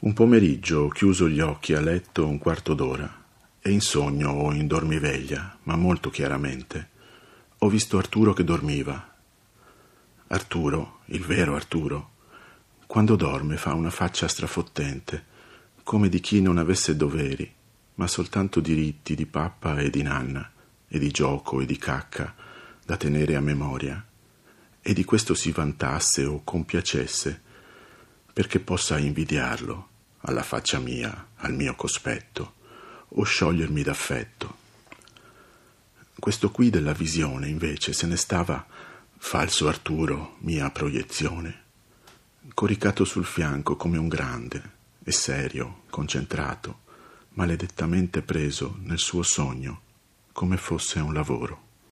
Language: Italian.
Un pomeriggio ho chiuso gli occhi a letto un quarto d'ora e in sogno o in dormiveglia, ma molto chiaramente, ho visto Arturo che dormiva. Arturo, il vero Arturo, quando dorme fa una faccia strafottente, come di chi non avesse doveri, ma soltanto diritti di pappa e di nanna, e di gioco e di cacca da tenere a memoria, e di questo si vantasse o compiacesse, perché possa invidiarlo, alla faccia mia, al mio cospetto, o sciogliermi d'affetto. Questo qui della visione, invece, se ne stava, falso Arturo, mia proiezione, coricato sul fianco come un grande, e serio, concentrato, maledettamente preso nel suo sogno, come fosse un lavoro.